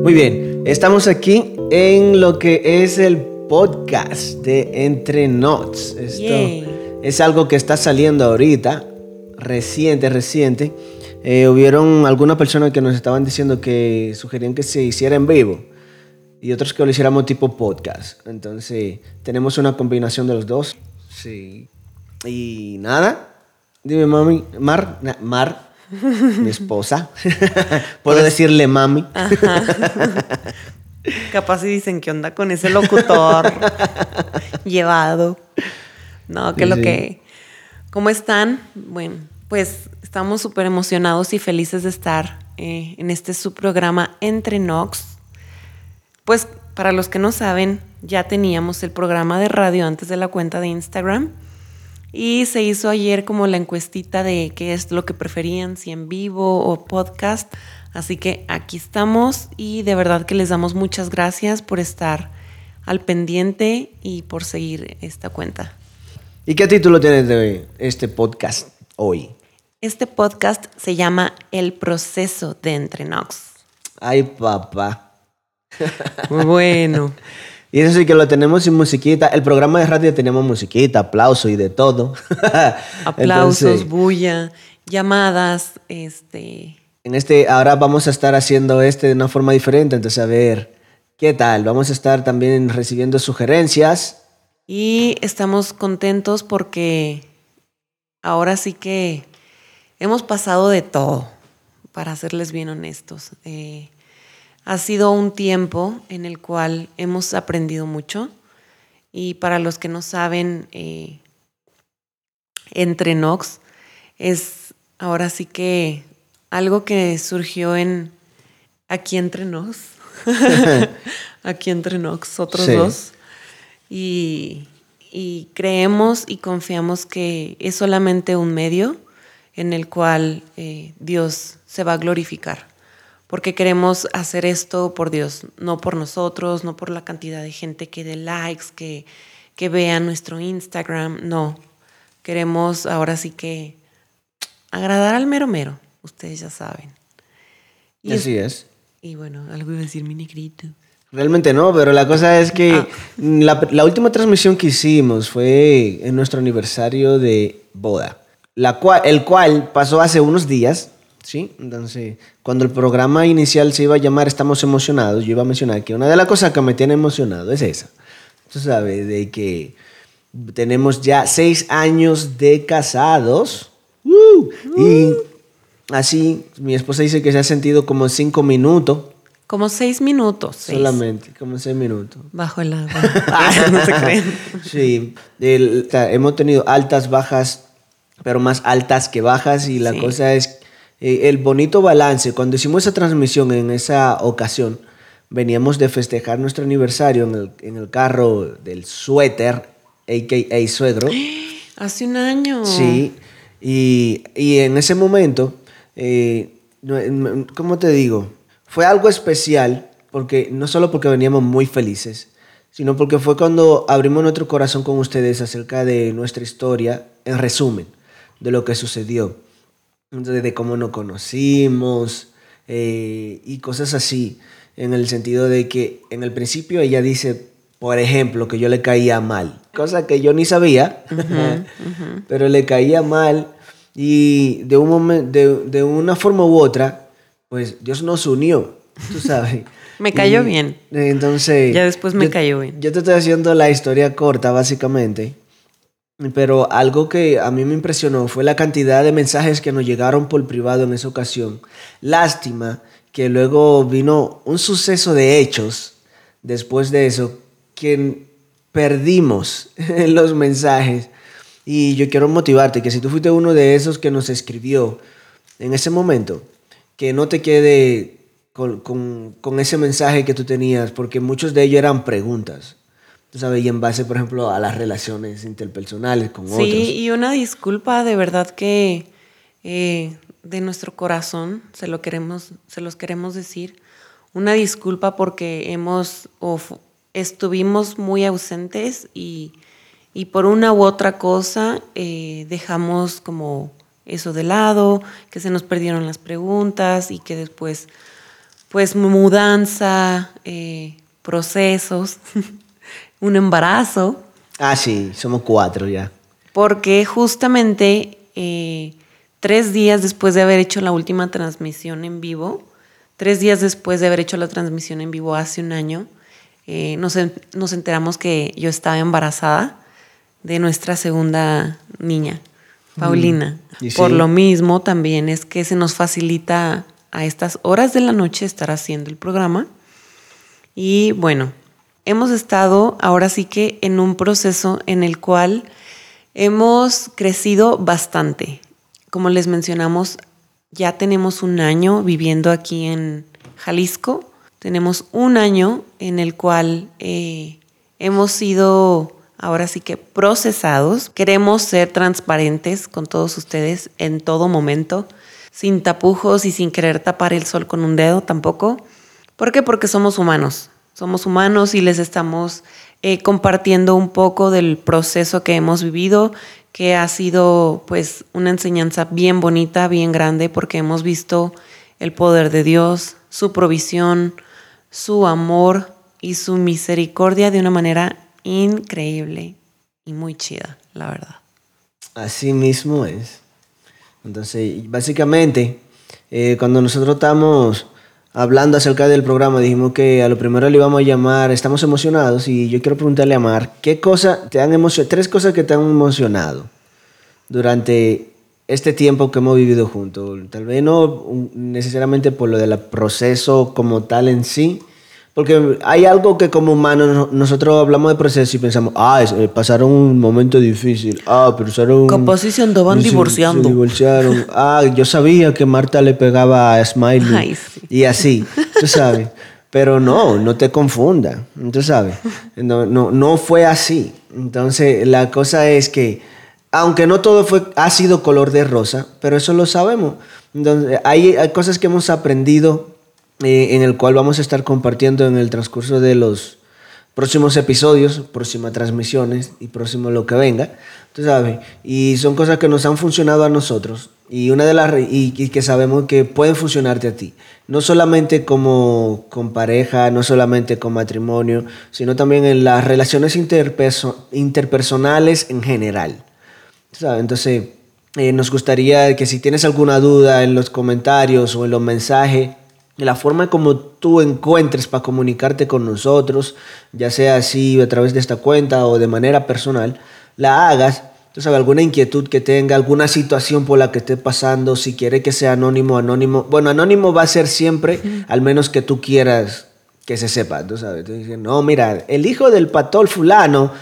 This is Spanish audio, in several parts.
Muy bien, estamos aquí en lo que es el podcast de Entre Nots. Esto es algo que está saliendo ahorita, reciente. Hubieron algunas personas que nos estaban diciendo que sugerían que se hiciera en vivo y otros que lo hiciéramos tipo podcast. Entonces, tenemos una combinación de los dos. Sí. Y nada, dime mami, Mar, mi esposa. Puedo decirle mami. Ajá. Capaz si dicen qué onda con ese locutor llevado. No, que Sí, lo sí. que... ¿Cómo están? Bueno, pues estamos súper emocionados y felices de estar en este subprograma Entre Nox. Pues para los que no saben, ya teníamos el programa de radio antes de la cuenta de Instagram. Y se hizo ayer como la encuestita de qué es lo que preferían, si en vivo o podcast. Así que aquí estamos y de verdad que les damos muchas gracias por estar al pendiente y por seguir esta cuenta. ¿Y qué título tiene de este podcast hoy? Este podcast se llama El Proceso de Entre Nox. Ay, papá. Bueno. Y eso sí que lo tenemos sin musiquita. El programa de radio teníamos musiquita, aplauso y de todo. Aplausos, Entonces, bulla, llamadas, ahora vamos a estar haciendo de una forma diferente. Entonces, a ver, ¿qué tal? Vamos a estar también recibiendo sugerencias. Y estamos contentos porque ahora sí que hemos pasado de todo, para serles bien honestos. Ha sido un tiempo en el cual hemos aprendido mucho y para los que no saben, Entre Nox es ahora sí que algo que surgió aquí entre nos, aquí entre Nox, otros Sí. dos, y creemos y confiamos que es solamente un medio en el cual Dios se va a glorificar. Porque queremos hacer esto por Dios, no por nosotros, no por la cantidad de gente que dé likes, que vea nuestro Instagram, no. Queremos ahora sí que agradar al mero mero, ustedes ya saben. Así es. Y bueno, algo iba a decir mi negrito. Realmente no, pero la cosa es que la última transmisión que hicimos fue en nuestro aniversario de boda, el cual pasó hace unos días. ¿Sí? Entonces, cuando el programa inicial se iba a llamar Estamos Emocionados, yo iba a mencionar que una de las cosas que me tiene emocionado es esa. Tú sabes, de que tenemos ya 6 años de casados. Y así, mi esposa dice que se ha sentido como 5 minutos. Como 6 minutos. Solamente, como 6 minutos. Bajo el agua. No se creen. Sí, hemos tenido altas, bajas, pero más altas que bajas. Y la cosa es el bonito balance. Cuando hicimos esa transmisión en esa ocasión, veníamos de festejar nuestro aniversario en el carro del suéter, a.k.a. suegro. Hace un año. Sí, y en ese momento, ¿cómo te digo? Fue algo especial, porque no solo porque veníamos muy felices, sino porque fue cuando abrimos nuestro corazón con ustedes acerca de nuestra historia, en resumen, de lo que sucedió. De cómo nos conocimos y cosas así, en el sentido de que en el principio ella dice, por ejemplo, que yo le caía mal, cosa que yo ni sabía, pero le caía mal y de una forma u otra, pues Dios nos unió, tú sabes. Me cayó bien. Entonces, ya después me cayó bien. Yo te estoy haciendo la historia corta, básicamente. Pero algo que a mí me impresionó fue la cantidad de mensajes que nos llegaron por privado en esa ocasión. Lástima que luego vino un suceso de hechos después de eso que perdimos los mensajes. Y yo quiero motivarte que si tú fuiste uno de esos que nos escribió en ese momento, que no te quede con ese mensaje que tú tenías, porque muchos de ellos eran preguntas. Tú sabes, y en base, por ejemplo, a las relaciones interpersonales con otros. Sí, y una disculpa de verdad que de nuestro corazón se los queremos decir. Una disculpa porque estuvimos muy ausentes y por una u otra cosa dejamos como eso de lado, que se nos perdieron las preguntas y que después pues mudanza, procesos, un embarazo. Ah, sí, somos 4 ya. Porque justamente 3 días después de haber hecho la última transmisión en vivo, 3 días después de haber hecho la transmisión en vivo hace un año, nos enteramos que yo estaba embarazada de nuestra segunda niña, Paulina. ¿Y sí? Por lo mismo también es que se nos facilita a estas horas de la noche estar haciendo el programa. Y bueno, hemos estado ahora sí que en un proceso en el cual hemos crecido bastante. Como les mencionamos, ya tenemos un año viviendo aquí en Jalisco. Tenemos un año en el cual hemos sido ahora sí que procesados. Queremos ser transparentes con todos ustedes en todo momento, sin tapujos y sin querer tapar el sol con un dedo tampoco. ¿Por qué? Porque somos humanos. Somos humanos y les estamos compartiendo un poco del proceso que hemos vivido, que ha sido pues una enseñanza bien bonita, bien grande, porque hemos visto el poder de Dios, su provisión, su amor y su misericordia de una manera increíble y muy chida, la verdad. Así mismo es. Entonces, básicamente, cuando nosotros estamos hablando acerca del programa, dijimos que a lo primero le íbamos a llamar Estamos Emocionados, y yo quiero preguntarle a Mar, ¿qué cosa te han emocionado? 3 cosas que te han emocionado durante este tiempo que hemos vivido juntos. Tal vez no necesariamente por lo del proceso como tal en sí, porque hay algo que como humanos nosotros hablamos de proceso y pensamos, pasaron un momento difícil, pasaron... Capaz si se andaban divorciando. Se divorciaron. Yo sabía que Marta le pegaba a Smiley. Ay, sí. Y así, tú sabes. Pero no te confunda, tú sabes. No fue así. Entonces, la cosa es que, aunque no todo ha sido color de rosa, pero eso lo sabemos. Entonces, hay cosas que hemos aprendido en el cual vamos a estar compartiendo en el transcurso de los próximos episodios, próximas transmisiones y próximo lo que venga, tú sabes, y son cosas que nos han funcionado a nosotros y y que sabemos que pueden funcionarte a ti, no solamente como con pareja, no solamente con matrimonio, sino también en las relaciones interpersonales en general, tú sabes. Entonces, nos gustaría que si tienes alguna duda en los comentarios o en los mensajes, la forma como tú encuentres para comunicarte con nosotros, ya sea así a través de esta cuenta o de manera personal, la hagas. Tú sabes, alguna inquietud que tenga, alguna situación por la que esté pasando, si quiere que sea anónimo. Bueno, anónimo va a ser siempre, al menos que tú quieras que se sepa, tú sabes. Tú dices, no, mira, el hijo del pastor fulano.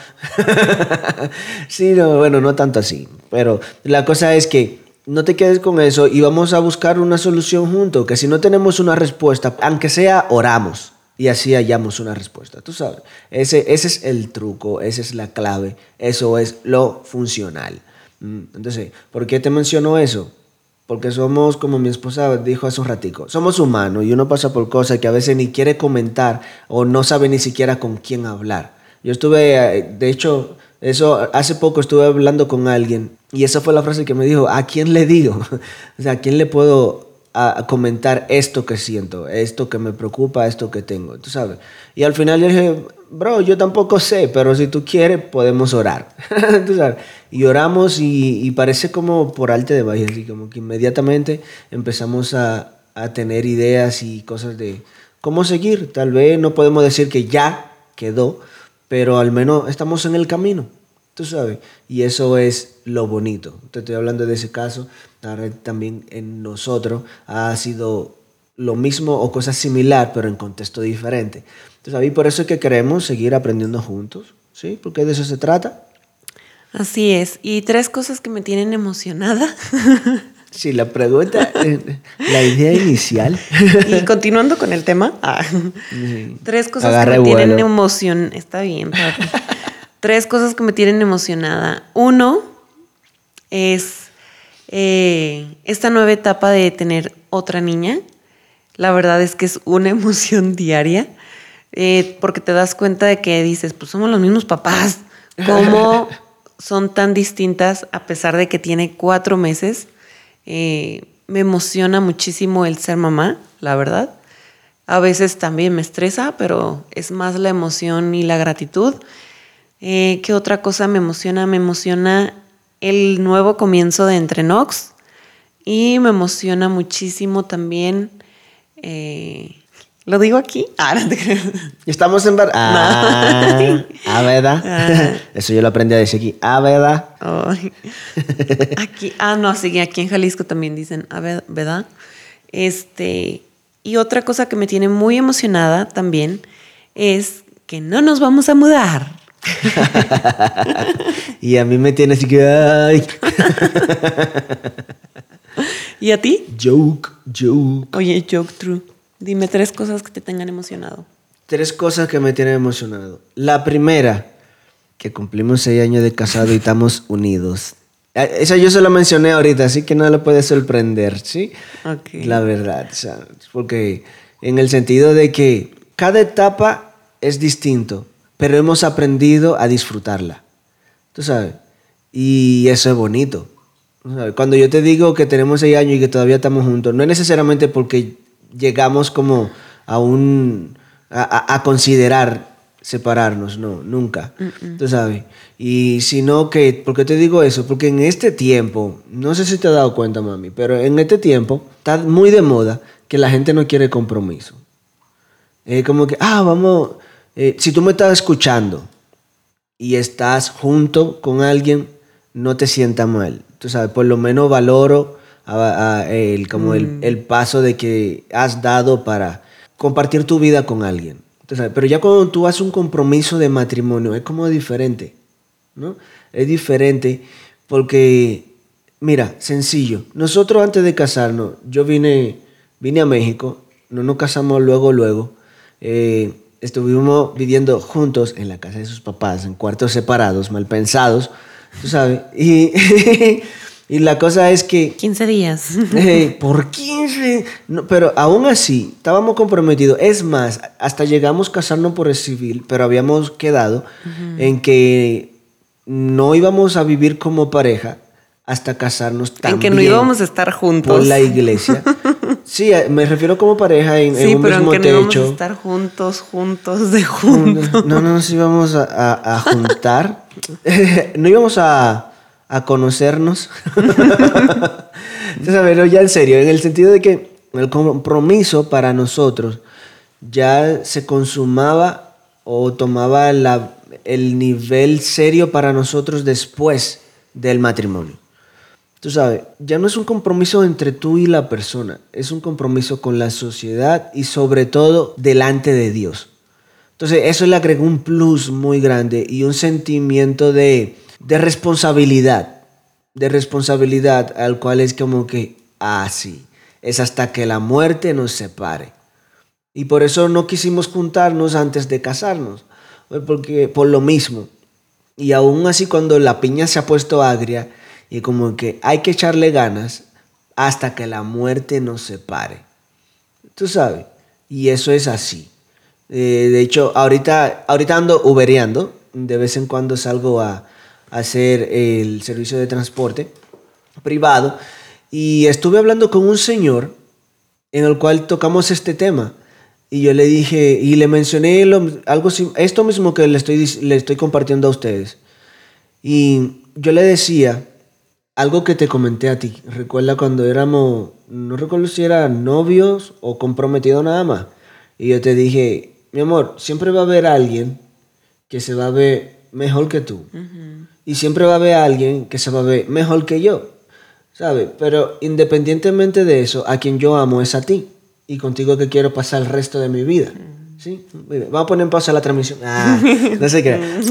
Sí, no, bueno, no tanto así. Pero la cosa es que no te quedes con eso y vamos a buscar una solución juntos, que si no tenemos una respuesta, aunque sea, oramos y así hallamos una respuesta, tú sabes. Ese es el truco, esa es la clave, eso es lo funcional. Entonces, ¿por qué te menciono eso? Porque somos, como mi esposa dijo hace un ratico, somos humanos y uno pasa por cosas que a veces ni quiere comentar o no sabe ni siquiera con quién hablar. Yo estuve, de hecho, hace poco estuve hablando con alguien y esa fue la frase que me dijo, ¿a quién le digo? O sea, ¿a quién le puedo a comentar esto que siento, esto que me preocupa, esto que tengo? ¿Tú sabes? Y al final yo dije, bro, yo tampoco sé, pero si tú quieres podemos orar. ¿Tú sabes? Y oramos y parece como por arte de magia, así como que inmediatamente empezamos a tener ideas y cosas de cómo seguir. Tal vez no podemos decir que ya quedó, pero al menos estamos en el camino, tú sabes, y eso es lo bonito. Te estoy hablando de ese caso. Ahora también en nosotros ha sido lo mismo o cosa similar, pero en contexto diferente. Tú sabes, y por eso es que queremos seguir aprendiendo juntos, ¿sí? Porque de eso se trata. Así es. Y 3 cosas que me tienen emocionada. Sí, la pregunta, la idea inicial. Y continuando con el tema, Sí. 3 cosas Agarre que me tienen vuelo. emoción. Está bien, papi. 3 cosas que me tienen emocionada. 1 es esta nueva etapa de tener otra niña. La verdad es que es una emoción diaria, porque te das cuenta de que dices, pues somos los mismos papás. ¿Cómo son tan distintas a pesar de que tiene 4 meses? Me emociona muchísimo el ser mamá, la verdad. A veces también me estresa, pero es más la emoción y la gratitud. ¿Qué otra cosa me emociona? Me emociona el nuevo comienzo de Entre Nox y me emociona muchísimo también... ¿Lo digo aquí? No te creo. Estamos en... ¿verdad? Eso yo lo aprendí a decir aquí. ¿Verdad? Ay. Aquí, no, sí, aquí en Jalisco también dicen, ¿verdad? Y otra cosa que me tiene muy emocionada también es que no nos vamos a mudar. Y a mí me tiene así que... Ay. ¿Y a ti? Joke. Oye, joke true. Dime 3 cosas que te tengan emocionado. 3 cosas que me tienen emocionado. La primera, que cumplimos 6 años de casado y estamos unidos. Esa yo se la mencioné ahorita, así que no le puede sorprender, ¿sí? Okay. La verdad, ¿sabes? Porque en el sentido de que cada etapa es distinto, pero hemos aprendido a disfrutarla. ¿Tú sabes? Y eso es bonito. ¿Sabes? Cuando yo te digo que tenemos 6 años y que todavía estamos juntos, no es necesariamente porque llegamos como a considerar separarnos, no, nunca. Tú sabes. Y sino que, ¿por qué te digo eso? Porque en este tiempo, no sé si te has dado cuenta, mami, pero en este tiempo está muy de moda que la gente no quiere compromiso. Como que, vamos, si tú me estás escuchando y estás junto con alguien, no te sientas mal. Tú sabes, por lo menos valoro el paso de que has dado para compartir tu vida con alguien. Entonces, pero ya cuando tú haces un compromiso de matrimonio es como diferente, ¿no? Es diferente porque, mira, sencillo. Nosotros antes de casarnos, yo vine a México, no nos casamos luego. Estuvimos viviendo juntos en la casa de sus papás, en cuartos separados, mal pensados, tú sabes. Y la cosa es que... 15 días. ¿Por 15? No, pero aún así, estábamos comprometidos. Es más, hasta llegamos a casarnos por el civil, pero habíamos quedado en que no íbamos a vivir como pareja hasta casarnos también. En que no íbamos a estar juntos. Por la iglesia. Sí, me refiero como pareja en un mismo techo. Sí, pero en que no íbamos a estar juntos de juntos. No nos íbamos a juntar. No íbamos a conocernos. Entonces, a ver, ya en serio, en el sentido de que el compromiso para nosotros ya se consumaba o tomaba el nivel serio para nosotros después del matrimonio. Tú sabes, ya no es un compromiso entre tú y la persona, es un compromiso con la sociedad y sobre todo delante de Dios. Entonces, eso le agregó un plus muy grande y un sentimiento de responsabilidad al cual es como que, sí, es hasta que la muerte nos separe. Y por eso no quisimos juntarnos antes de casarnos, porque por lo mismo. Y aún así cuando la piña se ha puesto agria y como que hay que echarle ganas hasta que la muerte nos separe. Tú sabes, y eso es así. De hecho, ahorita ando ubereando, de vez en cuando salgo a hacer el servicio de transporte privado y estuve hablando con un señor en el cual tocamos este tema y yo le dije y le mencioné esto mismo que le estoy compartiendo a ustedes y yo le decía algo que te comenté a ti. Recuerda cuando éramos, no recuerdo si eran novios o comprometidos nada más, y yo te dije, mi amor, siempre va a haber alguien que se va a ver mejor que tú. Y siempre va a haber alguien que se va a ver mejor que yo, ¿sabes? Pero independientemente de eso, a quien yo amo es a ti. Y contigo que quiero pasar el resto de mi vida. ¿Sí? Vamos a poner en pausa la transmisión. No sé qué.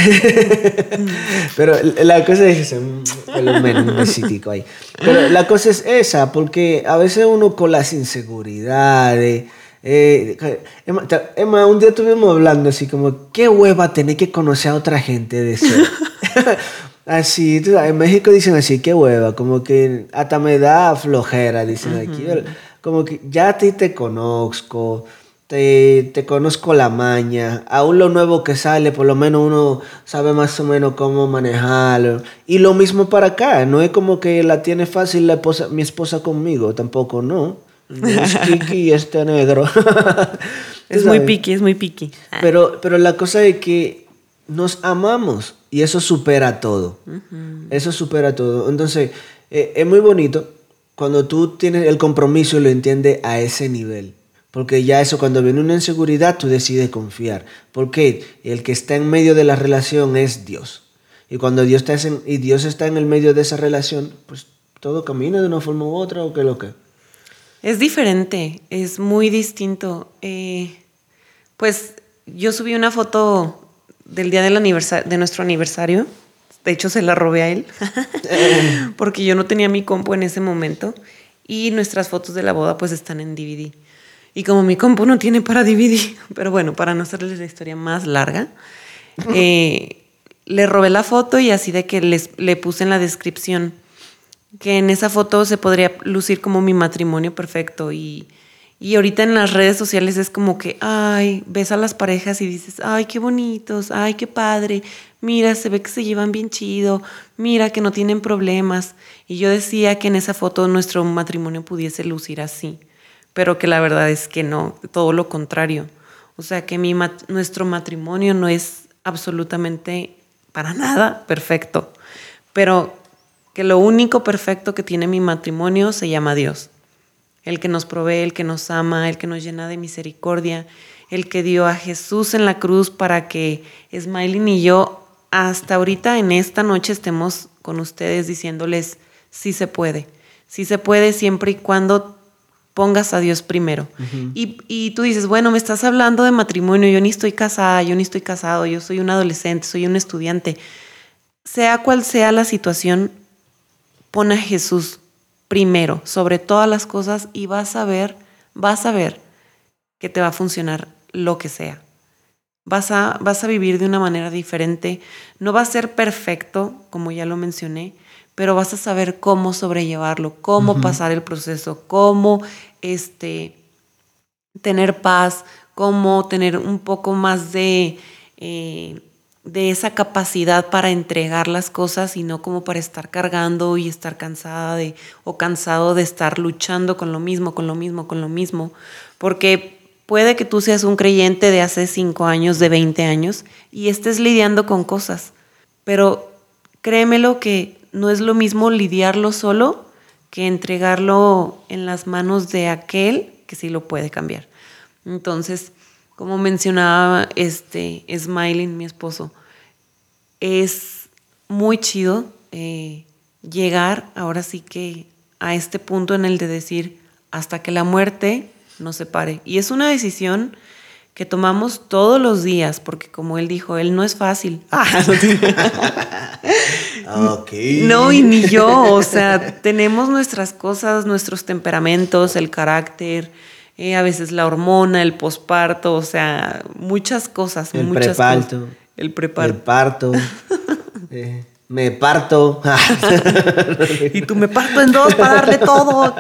Pero la cosa es por lo menos un besitico ahí. Pero la cosa es esa, porque a veces uno con las inseguridades... Emma, un día estuvimos hablando así como, qué hueva tener que conocer a otra gente de eso. Así, en México dicen así, qué hueva, como que hasta me da flojera, dicen aquí. Como que ya a ti te conozco, te conozco la maña, aún lo nuevo que sale, por lo menos uno sabe más o menos cómo manejarlo. Y lo mismo para acá, no es como que la tiene fácil mi esposa conmigo, tampoco, no. Es Kiki y este negro. Es muy piqui, es muy piqui. Pero la cosa es que nos amamos y eso supera todo. Eso supera todo. Entonces, es muy bonito cuando tú tienes el compromiso y lo entiendes a ese nivel. Porque ya eso, cuando viene una inseguridad, tú decides confiar. Porque el que está en medio de la relación es Dios. Y cuando Dios está en el medio de esa relación, pues todo camina de una forma u otra, ¿o qué es lo que? Es diferente, es muy distinto. Pues yo subí una foto del día de nuestro aniversario. De hecho, se la robé a él. Porque yo no tenía mi compu en ese momento. Y nuestras fotos de la boda pues están en DVD. Y como mi compu no tiene para DVD, pero bueno, para no hacerles la historia más larga, le robé la foto y así de que le puse en la descripción que en esa foto se podría lucir como mi matrimonio perfecto. Y ahorita en las redes sociales es como que, ay, ves a las parejas y dices, ay, qué bonitos, ay, qué padre, mira, se ve que se llevan bien chido, mira que no tienen problemas. Y yo decía que en esa foto nuestro matrimonio pudiese lucir así, pero que la verdad es que no, todo lo contrario. O sea, que nuestro matrimonio no es absolutamente para nada perfecto, pero que lo único perfecto que tiene mi matrimonio se llama Dios. El que nos provee, el que nos ama, el que nos llena de misericordia, el que dio a Jesús en la cruz para que Smiling y yo hasta ahorita en esta noche estemos con ustedes diciéndoles sí se puede siempre y cuando pongas a Dios primero. Uh-huh. Y tú dices, bueno, me estás hablando de matrimonio, yo ni estoy casada, yo ni estoy casado, yo soy un adolescente, soy un estudiante. Sea cual sea la situación, pon a Jesús primero, sobre todas las cosas, y vas a ver que te va a funcionar lo que sea. Vas a vivir de una manera diferente. No va a ser perfecto, como ya lo mencioné, pero vas a saber cómo sobrellevarlo, cómo uh-huh. pasar el proceso, cómo tener paz, cómo tener un poco más de esa capacidad para entregar las cosas y no como para estar cargando y estar cansada o cansado de estar luchando con lo mismo, porque puede que tú seas un creyente de hace 5 años, de 20 años y estés lidiando con cosas, pero créemelo que no es lo mismo lidiarlo solo que entregarlo en las manos de aquel que sí lo puede cambiar. Entonces, como mencionaba Smiling, mi esposo, es muy chido llegar ahora sí que a este punto en el de decir hasta que la muerte nos separe. Y es una decisión que tomamos todos los días, porque como él dijo, él no es fácil. Okay. No, y ni yo, o sea, tenemos nuestras cosas, nuestros temperamentos, el carácter, a veces la hormona, el posparto, o sea, muchas cosas. El muchas preparto. Cosas. El preparto. El parto. Me parto. Y tú me parto en 2 para darle todo.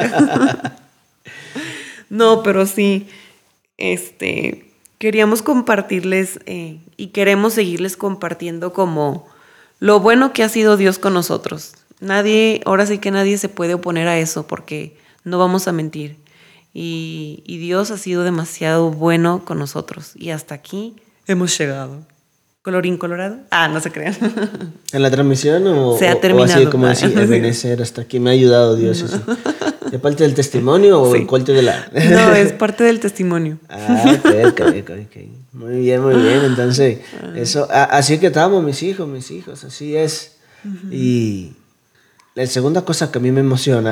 No, pero sí, queríamos compartirles y queremos seguirles compartiendo como lo bueno que ha sido Dios con nosotros. Ahora sí que nadie se puede oponer a eso porque no vamos a mentir. Y Dios ha sido demasiado bueno con nosotros. Y hasta aquí hemos llegado. Colorín colorado. No se crean. ¿En la transmisión se ha terminado, o así como decir, Ebenezer, hasta aquí me ha ayudado Dios? No. ¿Es parte del testimonio o sí. El corte de la...? No, es parte del testimonio. Ok. Muy bien. Entonces, eso, así que estamos mis hijos, así es. Uh-huh. Y la segunda cosa que a mí me emociona...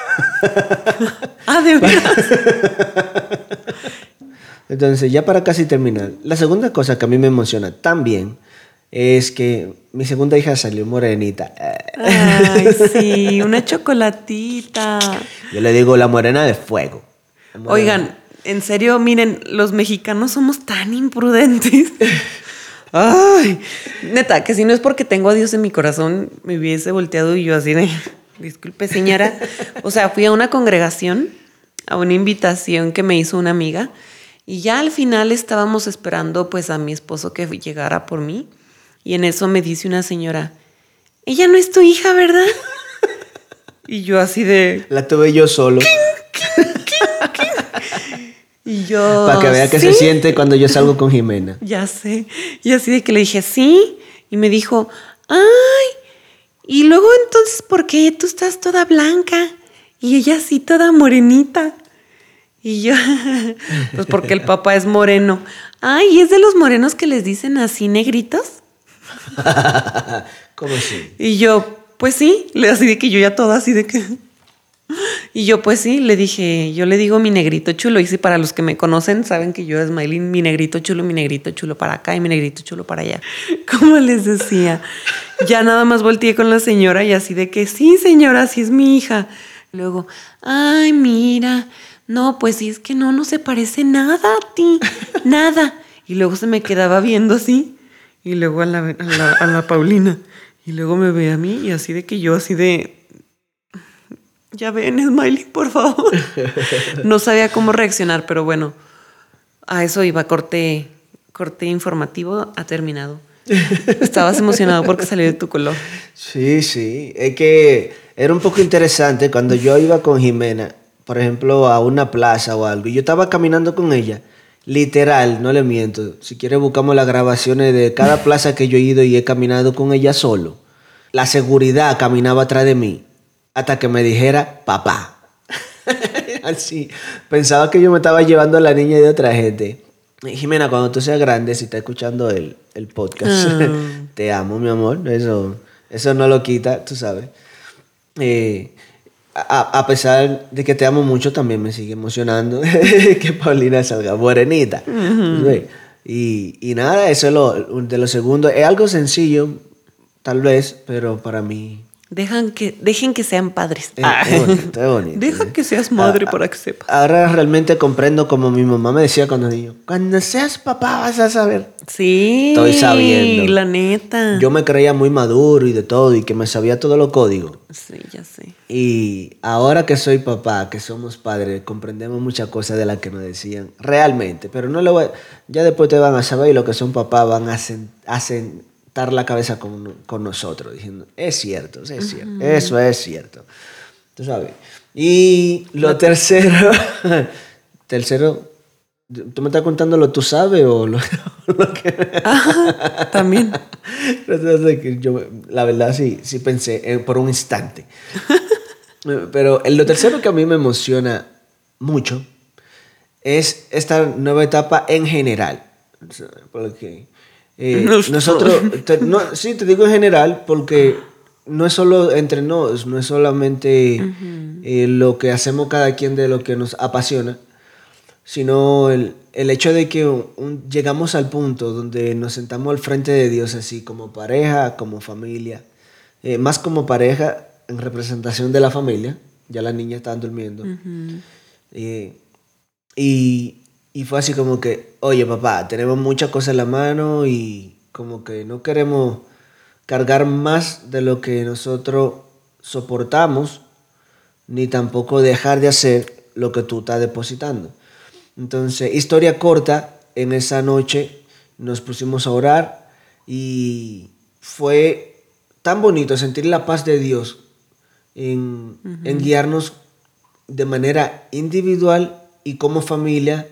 ¿De verdad? Entonces, ya para casi terminar, la segunda cosa que a mí me emociona también es que mi segunda hija salió morenita. Ay, sí, una chocolatita. Yo le digo la morena de fuego. Oigan, en serio, miren, los mexicanos somos tan imprudentes. Ay, neta, que si no es porque tengo a Dios en mi corazón, me hubiese volteado y yo así de... Disculpe, señora. O sea, fui a una congregación, a una invitación que me hizo una amiga, y ya al final estábamos esperando pues a mi esposo que llegara por mí, y en eso me dice una señora, ella no es tu hija, ¿verdad? Y yo así de... La tuve yo solo. Y yo... Para que vea que ¿sí? se siente cuando yo salgo con Jimena. Ya sé. Y así de que le dije, sí. Y me dijo, ay, y luego entonces, ¿por qué tú estás toda blanca? Y ella así toda morenita. Y yo, pues porque el papá es moreno. Ay, ¿y es de los morenos que les dicen así negritos? ¿Cómo así? Y yo, pues sí, así de que yo ya toda así de que... Y yo, pues sí, le dije, yo le digo mi negrito chulo. Y sí, para los que me conocen, saben que yo, Smiley, mi negrito chulo para acá y mi negrito chulo para allá. Como les decía. Ya nada más volteé con la señora y así de que, sí, señora, sí es mi hija. Luego, ay, mira, no, pues sí, es que no se parece nada a ti, nada. Y luego se me quedaba viendo así. Y luego a la Paulina. Y luego me ve a mí y así de que yo, así de... Ya ven, Smiley, por favor. No sabía cómo reaccionar, pero bueno, a eso iba. Corte informativo ha terminado. Estabas emocionado porque salió de tu color. Sí, sí. Es que era un poco interesante cuando yo iba con Jimena, por ejemplo, a una plaza o algo, y yo estaba caminando con ella. Literal, no le miento. Si quieres buscamos las grabaciones de cada plaza que yo he ido y he caminado con ella solo. La seguridad caminaba atrás de mí hasta que me dijera papá. Así. Pensaba que yo me estaba llevando a la niña de otra gente. Jimena, cuando tú seas grande, si estás escuchando el podcast, te amo, mi amor. Eso no lo quita, tú sabes. A pesar de que te amo mucho, también me sigue emocionando que Paulina salga morenita. Uh-huh. Y nada, eso es de lo segundo. Es algo sencillo, tal vez, pero para mí... Dejen que sean padres. Es bonito, es bonito. Deja que seas madre para que sepas. Ahora realmente comprendo como mi mamá me decía cuando niño. Cuando seas papá vas a saber. Sí. Estoy sabiendo. La neta. Yo me creía muy maduro y de todo y que me sabía todos los códigos. Sí, ya sé. Y ahora que soy papá, que somos padres, comprendemos muchas cosas de las que nos decían realmente. Pero no lo voy... Ya después te van a saber y los que son papás van a sentar la cabeza con nosotros, diciendo, es cierto, es cierto, eso es cierto. Tú sabes. Y lo tercero, ¿tú me estás contando lo tú sabes o lo que... Ajá, también. Yo, la verdad, sí pensé por un instante. Pero lo tercero que a mí me emociona mucho es esta nueva etapa en general. Porque nosotros, sí, te digo en general, porque no es solo entre nos, no es solamente lo que hacemos cada quien de lo que nos apasiona, sino el hecho de que llegamos al punto donde nos sentamos al frente de Dios así como pareja, como familia, más como pareja en representación de la familia, ya las niñas estaban durmiendo, y fue así como que, oye papá, tenemos muchas cosas en la mano y como que no queremos cargar más de lo que nosotros soportamos, ni tampoco dejar de hacer lo que tú estás depositando. Entonces, historia corta, en esa noche nos pusimos a orar y fue tan bonito sentir la paz de Dios en guiarnos de manera individual y como familia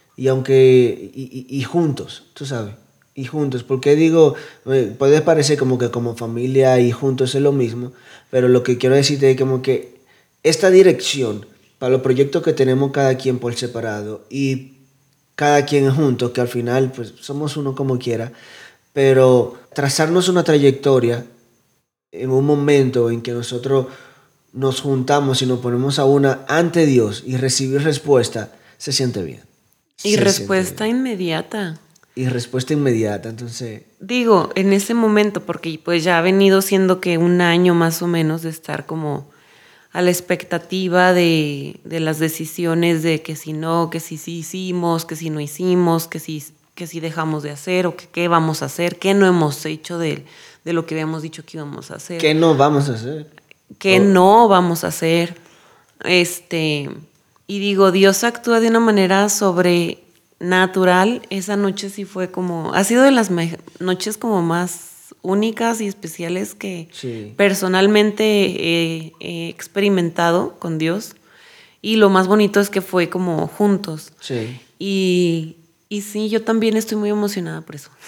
y juntos, tú sabes, y juntos. Porque digo, puede parecer como que como familia y juntos es lo mismo, pero lo que quiero decirte es como que esta dirección para los proyectos que tenemos cada quien por separado y cada quien juntos, que al final pues somos uno como quiera, pero trazarnos una trayectoria en un momento en que nosotros nos juntamos y nos ponemos a una ante Dios y recibir respuesta, se siente bien. Y respuesta inmediata. Y respuesta inmediata, entonces... Digo, en ese momento, porque pues ya ha venido siendo que un año más o menos de estar como a la expectativa de las decisiones de que si no, que si sí hicimos, que si no hicimos, que si dejamos de hacer o que qué vamos a hacer, qué no hemos hecho de lo que habíamos dicho que íbamos a hacer. ¿Qué no vamos a hacer? ¿Qué no vamos a hacer? Y digo, Dios actúa de una manera sobrenatural. Esa noche sí fue como... Ha sido de las noches como más únicas y especiales que personalmente he experimentado con Dios. Y lo más bonito es que fue como juntos. Sí. Y sí, yo también estoy muy emocionada por eso.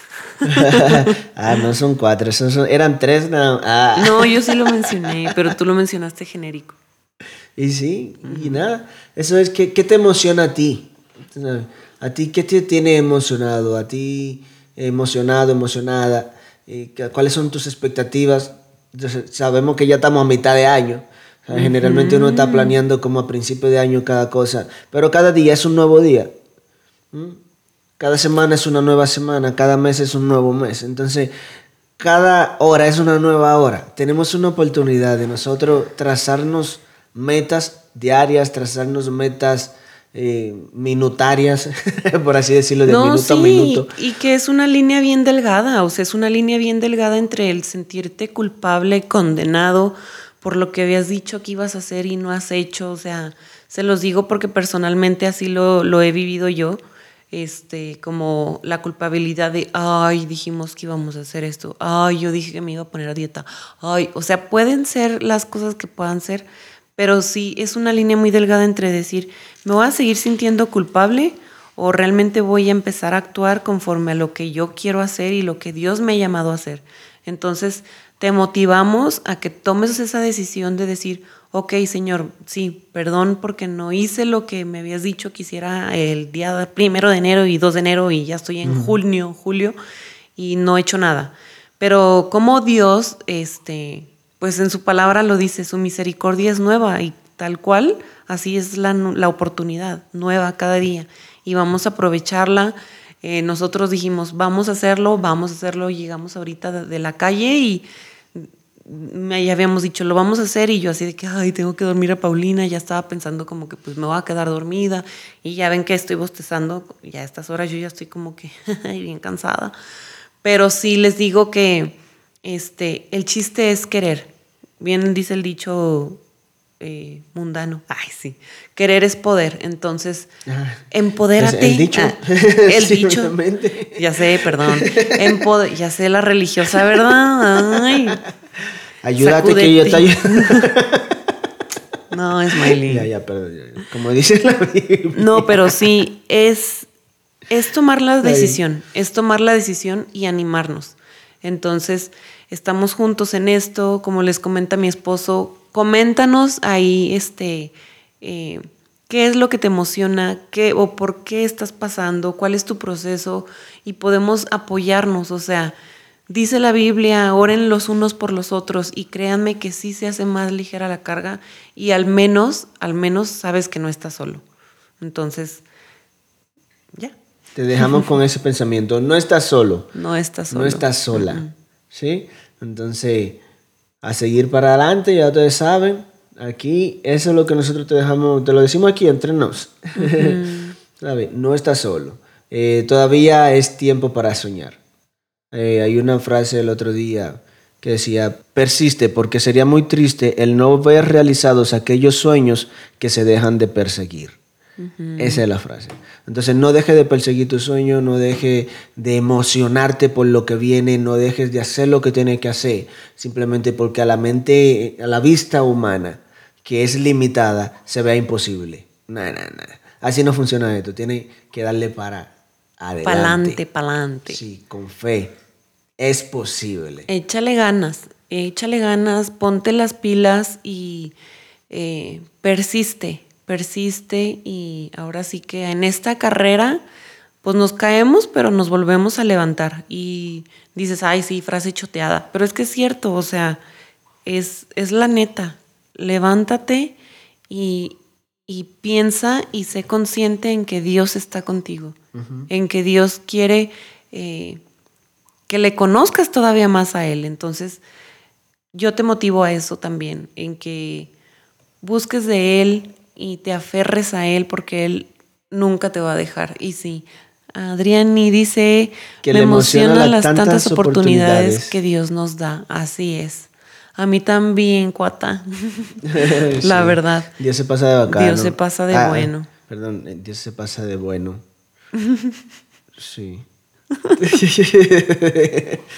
No son 4, eran 3 nada. No, yo sí lo mencioné, pero tú lo mencionaste genérico. Y sí, y nada. Eso es, ¿qué te emociona a ti? ¿A ti qué te tiene emocionado? ¿A ti emocionado, emocionada? ¿Cuáles son tus expectativas? Entonces, sabemos que ya estamos a mitad de año. O sea, generalmente uno está planeando como a principio de año cada cosa, pero cada día es un nuevo día. Cada semana es una nueva semana, cada mes es un nuevo mes. Entonces, cada hora es una nueva hora. Tenemos una oportunidad de nosotros trazarnos metas diarias, trazarnos metas minutarias, por así decirlo, de minuto a minuto. Y que es una línea bien delgada, o sea, es una línea bien delgada entre el sentirte culpable, condenado por lo que habías dicho que ibas a hacer y no has hecho. O sea, se los digo porque personalmente así lo he vivido yo. Como la culpabilidad de, ay, dijimos que íbamos a hacer esto, ay, yo dije que me iba a poner a dieta, ay, o sea, pueden ser las cosas que puedan ser, pero sí es una línea muy delgada entre decir, ¿me voy a seguir sintiendo culpable o realmente voy a empezar a actuar conforme a lo que yo quiero hacer y lo que Dios me ha llamado a hacer? Entonces, te motivamos a que tomes esa decisión de decir, ok, Señor, sí, perdón porque no hice lo que me habías dicho que hiciera el día 1 de enero y 2 de enero y ya estoy en julio y no he hecho nada. Pero como Dios, pues en su palabra lo dice, su misericordia es nueva y tal cual, así es la oportunidad, nueva cada día y vamos a aprovecharla. Nosotros dijimos, vamos a hacerlo, llegamos ahorita de la calle y ya habíamos dicho, lo vamos a hacer y yo así de que, ay, tengo que dormir a Paulina, ya estaba pensando como que pues me voy a quedar dormida y ya ven que estoy bostezando, ya a estas horas yo ya estoy como que bien cansada, pero sí les digo que el chiste es querer, bien dice el dicho mundano, ay sí, querer es poder, entonces empodérate. El dicho. El Sí, dicho, obviamente. ya sé, perdón, ya sé la religiosa, ¿verdad? Ay. Ayúdate Sacúdete. que yo te ayudo. No, Smiley. Ya, perdón. Ya. Como dice la Biblia. No, pero sí, es tomar la decisión, y animarnos. Entonces, estamos juntos en esto, como les comenta mi esposo, coméntanos ahí, qué es lo que te emociona, o por qué estás pasando, cuál es tu proceso, y podemos apoyarnos, o sea, dice la Biblia, oren los unos por los otros y créanme que sí se hace más ligera la carga y al menos sabes que no estás solo. Entonces, ya. Te dejamos con ese pensamiento. No estás solo. No estás solo. No estás sola. ¿Sí? Entonces, a seguir para adelante, ya ustedes saben. Aquí, eso es lo que nosotros te dejamos, te lo decimos aquí entre nos. ¿Sabes? No estás solo. Todavía es tiempo para soñar. Hay una frase el otro día que decía, persiste porque sería muy triste el no ver realizados aquellos sueños que se dejan de perseguir. Esa es la frase. Entonces no dejes de perseguir tu sueño, no dejes de emocionarte por lo que viene, no dejes de hacer lo que tienes que hacer, simplemente porque a la mente, a la vista humana, que es limitada, se vea imposible. No. Así no funciona esto, tienes que darle para adelante. Pa'lante. Sí, con fe. Es posible. Échale ganas, ponte las pilas y persiste y ahora sí que en esta carrera pues nos caemos pero nos volvemos a levantar y dices, ay sí, frase choteada, pero es que es cierto, o sea, es la neta, levántate y piensa y sé consciente en que Dios está contigo, en que Dios quiere que le conozcas todavía más a Él. Entonces, yo te motivo a eso también, en que busques de Él y te aferres a Él porque Él nunca te va a dejar. Y sí, Adriani dice, que me emocionan las tantas oportunidades que Dios nos da. Así es. A mí también, cuata. La sí. Verdad. Dios se pasa de bacano. Dios se pasa de bueno. Perdón, Dios se pasa de bueno. Sí.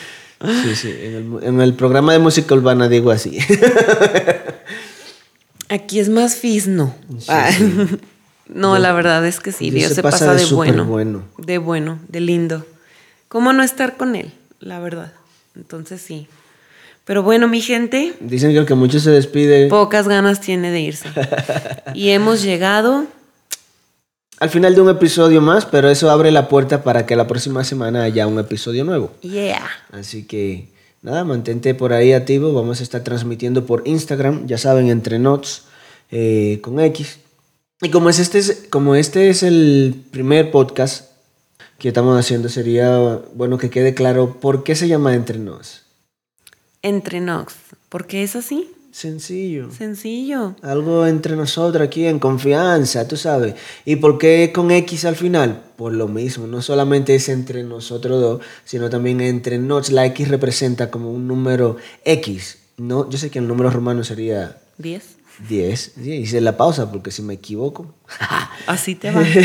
Sí. En el programa de música urbana digo así. Aquí es más fisno. Sí, sí. No, la verdad es que sí, Dios se pasa de bueno. De bueno, de lindo. ¿Cómo no estar con Él? La verdad. Entonces sí. Pero bueno, mi gente. Dicen que el que mucho se despide. Pocas ganas tiene de irse. Y hemos llegado al final de un episodio más, pero eso abre la puerta para que la próxima semana haya un episodio nuevo. Yeah. Así que nada, mantente por ahí activo. Vamos a estar transmitiendo por Instagram, ya saben, Entre Nots con X. Y como este es el primer podcast que estamos haciendo, sería bueno que quede claro por qué se llama Entre Nos. Entre Nox. ¿Por qué es así? Sencillo. Algo entre nosotros aquí en confianza, tú sabes. ¿Y por qué con X al final? Por lo mismo, no solamente es entre nosotros dos, sino también entre nos. La X representa como un número X. No, yo sé que el número romano sería 10. 10. Sí, hice la pausa porque si me equivoco. Así te va.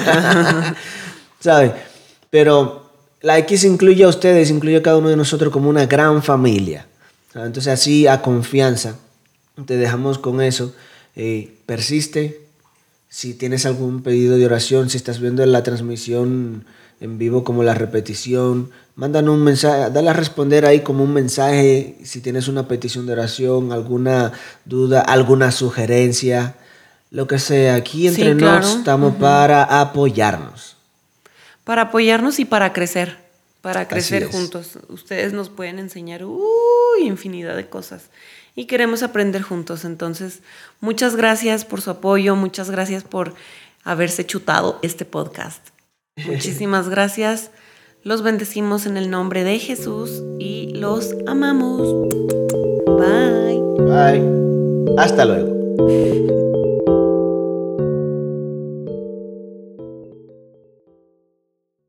¿Sabes? Pero la X incluye a ustedes, incluye a cada uno de nosotros como una gran familia. Entonces así a confianza te dejamos con eso. Persiste. Si tienes algún pedido de oración, si estás viendo la transmisión en vivo como la repetición, mándanos un mensaje, dale a responder ahí como un mensaje. Si tienes una petición de oración, alguna duda, alguna sugerencia, lo que sea. Aquí entre nos estamos para apoyarnos. Para apoyarnos y para crecer. Para crecer juntos. Ustedes nos pueden enseñar infinidad de cosas. Y queremos aprender juntos. Entonces, muchas gracias por su apoyo. Muchas gracias por haberse chutado este podcast. Muchísimas gracias. Los bendecimos en el nombre de Jesús y los amamos. Bye. Bye. Hasta luego.